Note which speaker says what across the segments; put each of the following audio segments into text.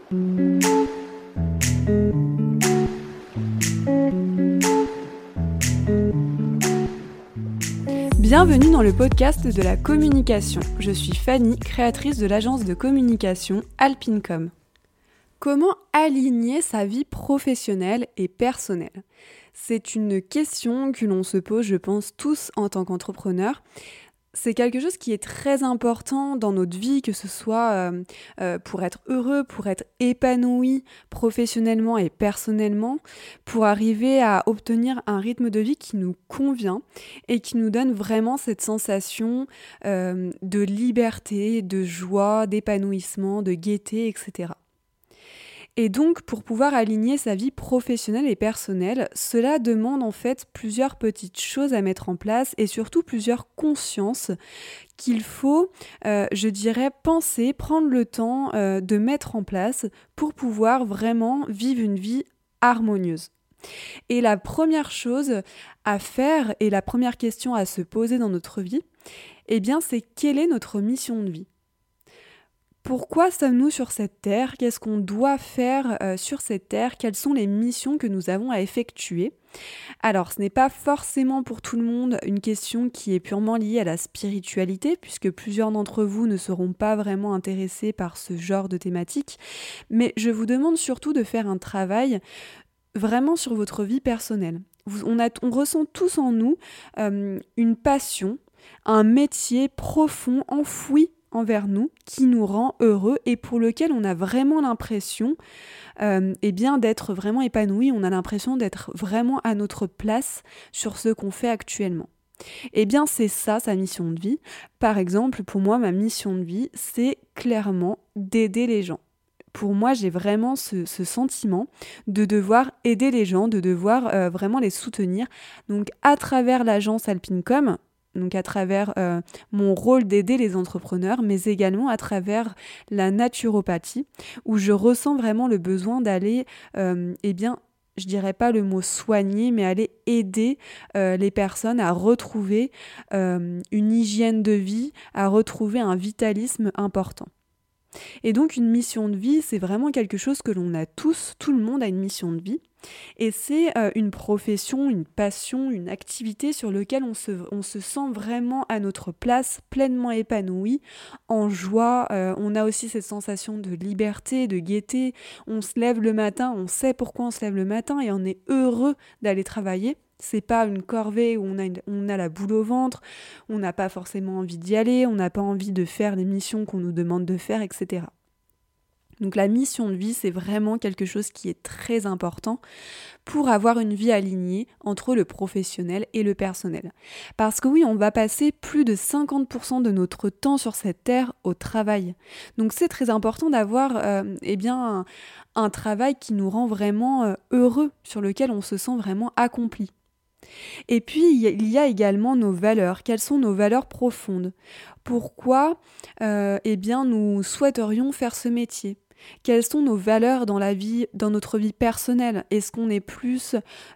Speaker 1: Bienvenue dans le podcast de la communication. Je suis Fanny, créatrice de l'agence de communication Alpincom. Comment aligner sa vie professionnelle et personnelle ? C'est une question que l'on se pose, je pense, tous en tant qu'entrepreneurs. C'est quelque chose qui est très important dans notre vie, que ce soit pour être heureux, pour être épanoui professionnellement et personnellement, pour arriver à obtenir un rythme de vie qui nous convient et qui nous donne vraiment cette sensation de liberté, de joie, d'épanouissement, de gaieté, etc. Et donc, pour pouvoir aligner sa vie professionnelle et personnelle, cela demande en fait plusieurs petites choses à mettre en place et surtout plusieurs consciences qu'il faut, penser, prendre le temps de mettre en place pour pouvoir vraiment vivre une vie harmonieuse. Et la première chose à faire et la première question à se poser dans notre vie, c'est quelle est notre mission de vie ? Pourquoi sommes-nous sur cette terre ? Qu'est-ce qu'on doit faire sur cette terre ? Quelles sont les missions que nous avons à effectuer ? Alors, ce n'est pas forcément pour tout le monde une question qui est purement liée à la spiritualité, puisque plusieurs d'entre vous ne seront pas vraiment intéressés par ce genre de thématique, mais je vous demande surtout de faire un travail vraiment sur votre vie personnelle. On ressent tous en nous une passion, un métier profond, enfoui envers nous, qui nous rend heureux et pour lequel on a vraiment l'impression d'être vraiment épanoui, on a l'impression d'être vraiment à notre place sur ce qu'on fait actuellement. C'est ça, sa mission de vie. Par exemple, pour moi, ma mission de vie, c'est clairement d'aider les gens. Pour moi, j'ai vraiment ce sentiment de devoir aider les gens, de devoir vraiment les soutenir. Donc, à travers l'agence Alpincom, donc à travers mon rôle d'aider les entrepreneurs, mais également à travers la naturopathie, où je ressens vraiment le besoin d'aller, je dirais pas le mot soigner, mais aller aider les personnes à retrouver une hygiène de vie, à retrouver un vitalisme important. Et donc une mission de vie, c'est vraiment quelque chose que l'on a tous, tout le monde a une mission de vie. Et c'est une profession, une passion, une activité sur laquelle on se sent vraiment à notre place, pleinement épanoui, en joie. On a aussi cette sensation de liberté, de gaieté. On se lève le matin, on sait pourquoi on se lève le matin et on est heureux d'aller travailler. C'est pas une corvée où on a la boule au ventre, on n'a pas forcément envie d'y aller, on n'a pas envie de faire les missions qu'on nous demande de faire, etc. Donc la mission de vie, c'est vraiment quelque chose qui est très important pour avoir une vie alignée entre le professionnel et le personnel. Parce que oui, on va passer plus de 50% de notre temps sur cette terre au travail. Donc c'est très important d'avoir un travail qui nous rend vraiment heureux, sur lequel on se sent vraiment accompli. Et puis, il y a également nos valeurs. Quelles sont nos valeurs profondes ? Pourquoi nous souhaiterions faire ce métier ? Quelles sont nos valeurs dans notre vie personnelle ? Est-ce qu'on est plus,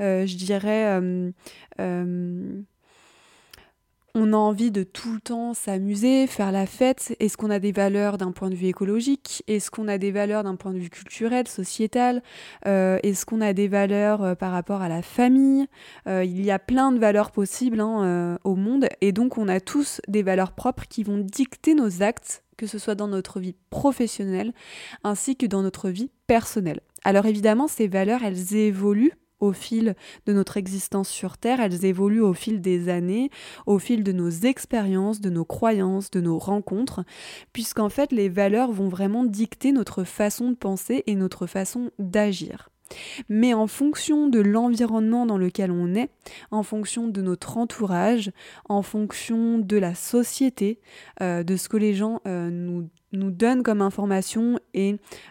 Speaker 1: on a envie de tout le temps s'amuser, faire la fête? Est-ce qu'on a des valeurs d'un point de vue écologique? Est-ce qu'on a des valeurs d'un point de vue culturel, sociétal? Est-ce qu'on a des valeurs par rapport à la famille? Il y a plein de valeurs possibles au monde, et donc on a tous des valeurs propres qui vont dicter nos actes, que ce soit dans notre vie professionnelle ainsi que dans notre vie personnelle. Alors évidemment, ces valeurs, elles évoluent au fil de notre existence sur Terre, elles évoluent au fil des années, au fil de nos expériences, de nos croyances, de nos rencontres, puisqu'en fait, les valeurs vont vraiment dicter notre façon de penser et notre façon d'agir. Mais en fonction de l'environnement dans lequel on est, en fonction de notre entourage, en fonction de la société, de ce que les gens nous donnent comme information et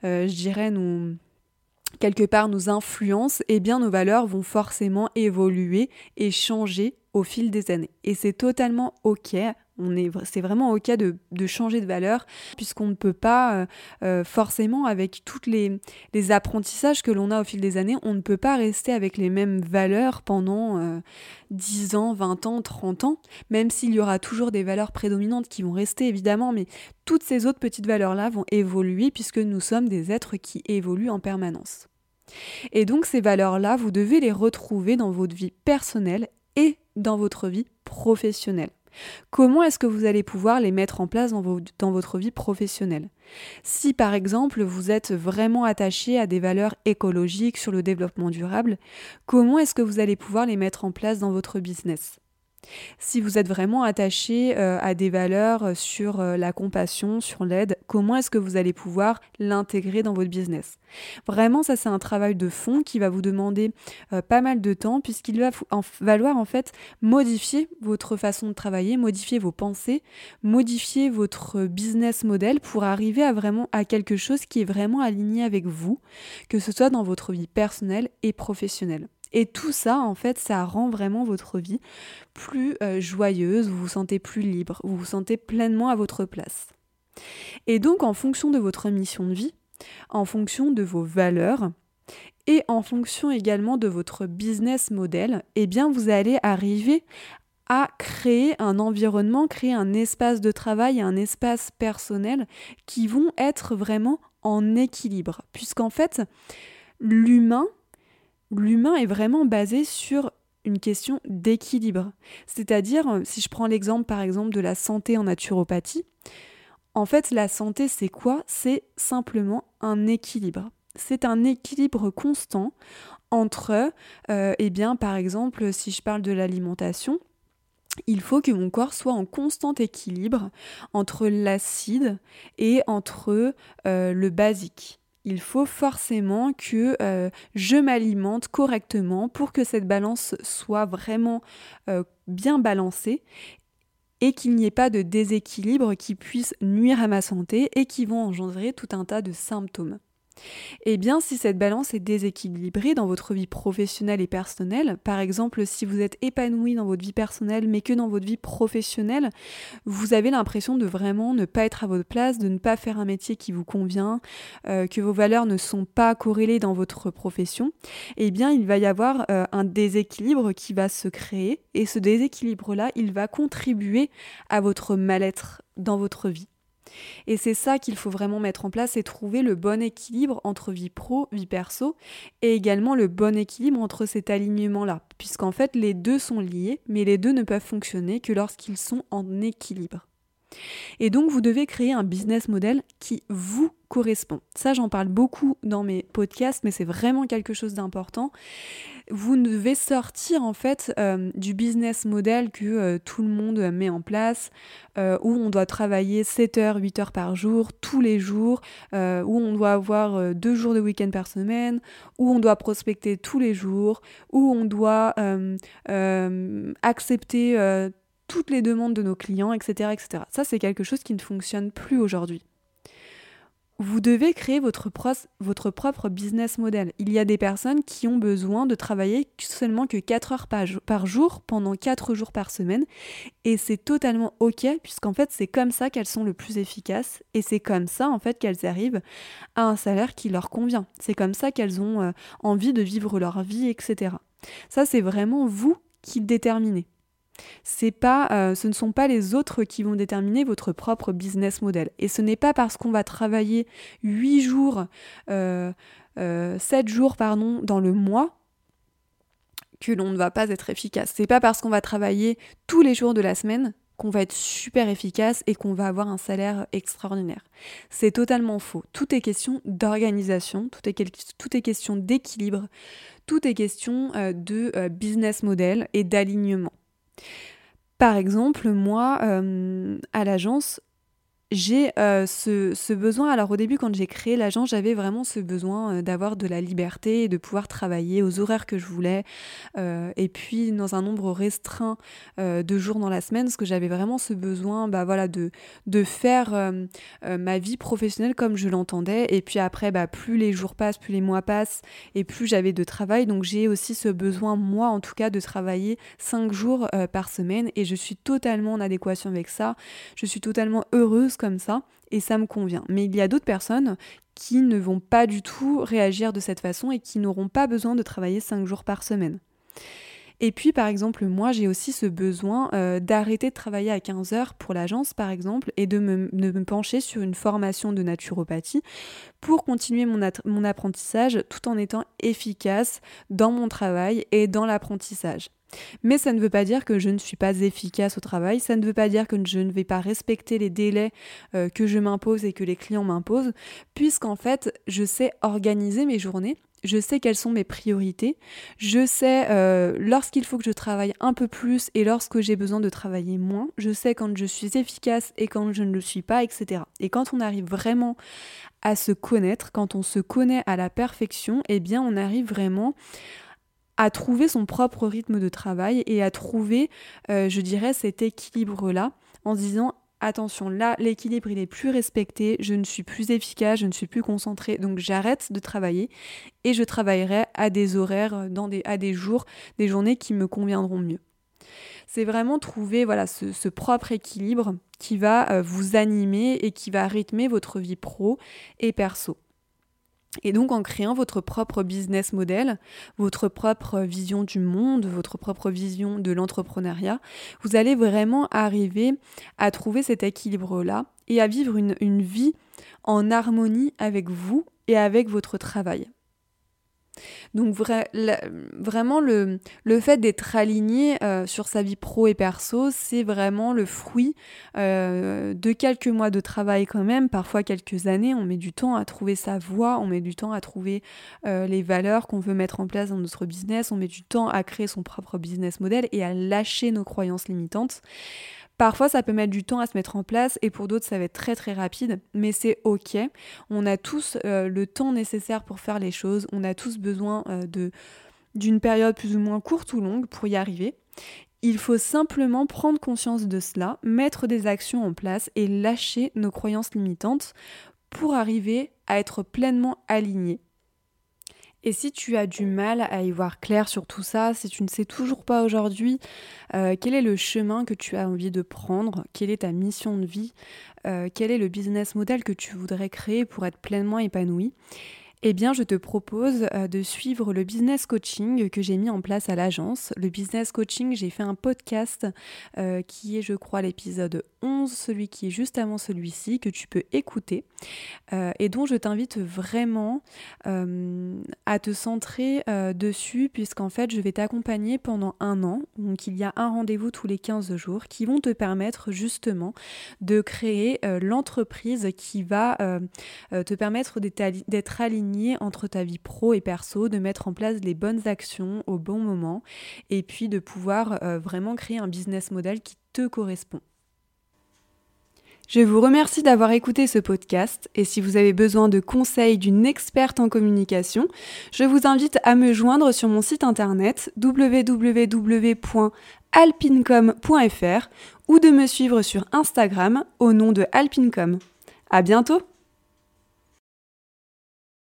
Speaker 1: quelque part nous influencent, nos valeurs vont forcément évoluer et changer au fil des années. Et c'est totalement ok, C'est vraiment OK de changer de valeur, puisqu'on ne peut pas forcément, avec tous les apprentissages que l'on a au fil des années, on ne peut pas rester avec les mêmes valeurs pendant 10 ans, 20 ans, 30 ans, même s'il y aura toujours des valeurs prédominantes qui vont rester évidemment, mais toutes ces autres petites valeurs-là vont évoluer puisque nous sommes des êtres qui évoluent en permanence. Et donc ces valeurs-là, vous devez les retrouver dans votre vie personnelle et dans votre vie professionnelle. Comment est-ce que vous allez pouvoir les mettre en place dans votre vie professionnelle ? Si par exemple vous êtes vraiment attaché à des valeurs écologiques sur le développement durable, comment est-ce que vous allez pouvoir les mettre en place dans votre business ? Si vous êtes vraiment attaché à des valeurs sur la compassion, sur l'aide, comment est-ce que vous allez pouvoir l'intégrer dans votre business ? Vraiment, ça c'est un travail de fond qui va vous demander pas mal de temps puisqu'il va falloir en fait modifier votre façon de travailler, modifier vos pensées, modifier votre business model pour arriver à quelque chose qui est vraiment aligné avec vous, que ce soit dans votre vie personnelle et professionnelle. Et tout ça, en fait, ça rend vraiment votre vie plus joyeuse, vous vous sentez plus libre, vous vous sentez pleinement à votre place. Et donc, en fonction de votre mission de vie, en fonction de vos valeurs et en fonction également de votre business model, eh bien, vous allez arriver à créer un environnement, créer un espace de travail et un espace personnel qui vont être vraiment en équilibre. Puisqu'en fait, l'humain est vraiment basé sur une question d'équilibre. C'est-à-dire, si je prends l'exemple par exemple de la santé en naturopathie, en fait la santé c'est quoi ? C'est simplement un équilibre. C'est un équilibre constant entre, par exemple, si je parle de l'alimentation, il faut que mon corps soit en constant équilibre entre l'acide et entre le basique. Il faut forcément que je m'alimente correctement pour que cette balance soit vraiment bien balancée et qu'il n'y ait pas de déséquilibre qui puisse nuire à ma santé et qui vont engendrer tout un tas de symptômes. Eh bien, si cette balance est déséquilibrée dans votre vie professionnelle et personnelle, par exemple, si vous êtes épanoui dans votre vie personnelle, mais que dans votre vie professionnelle, vous avez l'impression de vraiment ne pas être à votre place, de ne pas faire un métier qui vous convient, que vos valeurs ne sont pas corrélées dans votre profession, eh bien, il va y avoir un déséquilibre qui va se créer, et ce déséquilibre-là, il va contribuer à votre mal-être dans votre vie. Et c'est ça qu'il faut vraiment mettre en place, c'est trouver le bon équilibre entre vie pro, vie perso, et également le bon équilibre entre cet alignement-là, puisqu'en fait les deux sont liés, mais les deux ne peuvent fonctionner que lorsqu'ils sont en équilibre. Et donc vous devez créer un business model qui vous correspond. Ça, j'en parle beaucoup dans mes podcasts, mais c'est vraiment quelque chose d'important. Vous devez sortir en fait du business model que tout le monde met en place, où on doit travailler 7 heures, 8 heures par jour, tous les jours, où on doit avoir 2 jours de week-end par semaine, où on doit prospecter tous les jours, où on doit accepter toutes les demandes de nos clients, etc., etc. Ça, c'est quelque chose qui ne fonctionne plus aujourd'hui. Vous devez créer votre propre business model. Il y a des personnes qui ont besoin de travailler seulement que 4 heures par jour pendant 4 jours par semaine et c'est totalement OK puisqu'en fait c'est comme ça qu'elles sont le plus efficaces et c'est comme ça en fait qu'elles arrivent à un salaire qui leur convient. C'est comme ça qu'elles ont envie de vivre leur vie, etc. Ça c'est vraiment vous qui le déterminez. Ce ne sont pas les autres qui vont déterminer votre propre business model. Et ce n'est pas parce qu'on va travailler 7 jours dans le mois que l'on ne va pas être efficace. C'est pas parce qu'on va travailler tous les jours de la semaine qu'on va être super efficace et qu'on va avoir un salaire extraordinaire. C'est totalement faux. Tout est question d'organisation, tout est question d'équilibre, tout est question de business model et d'alignement. Par exemple, moi, à l'agence, j'ai ce besoin. Alors au début, quand j'ai créé l'agence, j'avais vraiment ce besoin d'avoir de la liberté et de pouvoir travailler aux horaires que je voulais et puis dans un nombre restreint de jours dans la semaine, parce que j'avais vraiment ce besoin de faire ma vie professionnelle comme je l'entendais. Et puis après, plus les jours passent, plus les mois passent et plus j'avais de travail. Donc j'ai aussi ce besoin, moi en tout cas, de travailler 5 jours par semaine et je suis totalement en adéquation avec ça. Je suis totalement heureuse comme ça et ça me convient. Mais il y a d'autres personnes qui ne vont pas du tout réagir de cette façon et qui n'auront pas besoin de travailler 5 jours par semaine. Et puis par exemple, moi j'ai aussi ce besoin d'arrêter de travailler à 15 heures pour l'agence par exemple et de me pencher sur une formation de naturopathie pour continuer mon apprentissage tout en étant efficace dans mon travail et dans l'apprentissage. Mais ça ne veut pas dire que je ne suis pas efficace au travail, ça ne veut pas dire que je ne vais pas respecter les délais que je m'impose et que les clients m'imposent, puisqu'en fait, je sais organiser mes journées, je sais quelles sont mes priorités, je sais lorsqu'il faut que je travaille un peu plus et lorsque j'ai besoin de travailler moins, je sais quand je suis efficace et quand je ne le suis pas, etc. Et quand on arrive vraiment à se connaître, quand on se connaît à la perfection, eh bien on arrive vraiment à trouver son propre rythme de travail et à trouver, je dirais, cet équilibre-là en se disant attention, là, l'équilibre, il est plus respecté, je ne suis plus efficace, je ne suis plus concentrée, donc j'arrête de travailler et je travaillerai à des horaires, à des jours, des journées qui me conviendront mieux. C'est vraiment trouver ce propre équilibre qui va vous animer et qui va rythmer votre vie pro et perso. Et donc en créant votre propre business model, votre propre vision du monde, votre propre vision de l'entrepreneuriat, vous allez vraiment arriver à trouver cet équilibre-là et à vivre une vie en harmonie avec vous et avec votre travail. Donc vraiment le fait d'être aligné sur sa vie pro et perso, c'est vraiment le fruit de quelques mois de travail quand même, parfois quelques années. On met du temps à trouver sa voie, on met du temps à trouver les valeurs qu'on veut mettre en place dans notre business, on met du temps à créer son propre business model et à lâcher nos croyances limitantes. Parfois, ça peut mettre du temps à se mettre en place et pour d'autres, ça va être très très rapide, mais c'est ok. On a tous le temps nécessaire pour faire les choses, on a tous besoin d'une période plus ou moins courte ou longue pour y arriver. Il faut simplement prendre conscience de cela, mettre des actions en place et lâcher nos croyances limitantes pour arriver à être pleinement aligné. Et si tu as du mal à y voir clair sur tout ça, si tu ne sais toujours pas aujourd'hui quel est le chemin que tu as envie de prendre, quelle est ta mission de vie, quel est le business model que tu voudrais créer pour être pleinement épanoui, eh bien, je te propose de suivre le business coaching que j'ai mis en place à l'agence. Le business coaching, j'ai fait un podcast qui est, je crois, l'épisode 11, celui qui est juste avant celui-ci, que tu peux écouter et dont je t'invite vraiment à te centrer dessus, puisqu'en fait, je vais t'accompagner pendant 1 an. Donc, il y a un rendez-vous tous les 15 jours qui vont te permettre justement de créer l'entreprise qui va te permettre d'être aligné entre ta vie pro et perso, de mettre en place les bonnes actions au bon moment et puis de pouvoir vraiment créer un business model qui te correspond. Je vous remercie d'avoir écouté ce podcast et si vous avez besoin de conseils d'une experte en communication, je vous invite à me joindre sur mon site internet www.alpincom.fr ou de me suivre sur Instagram au nom de Alpincom. À bientôt!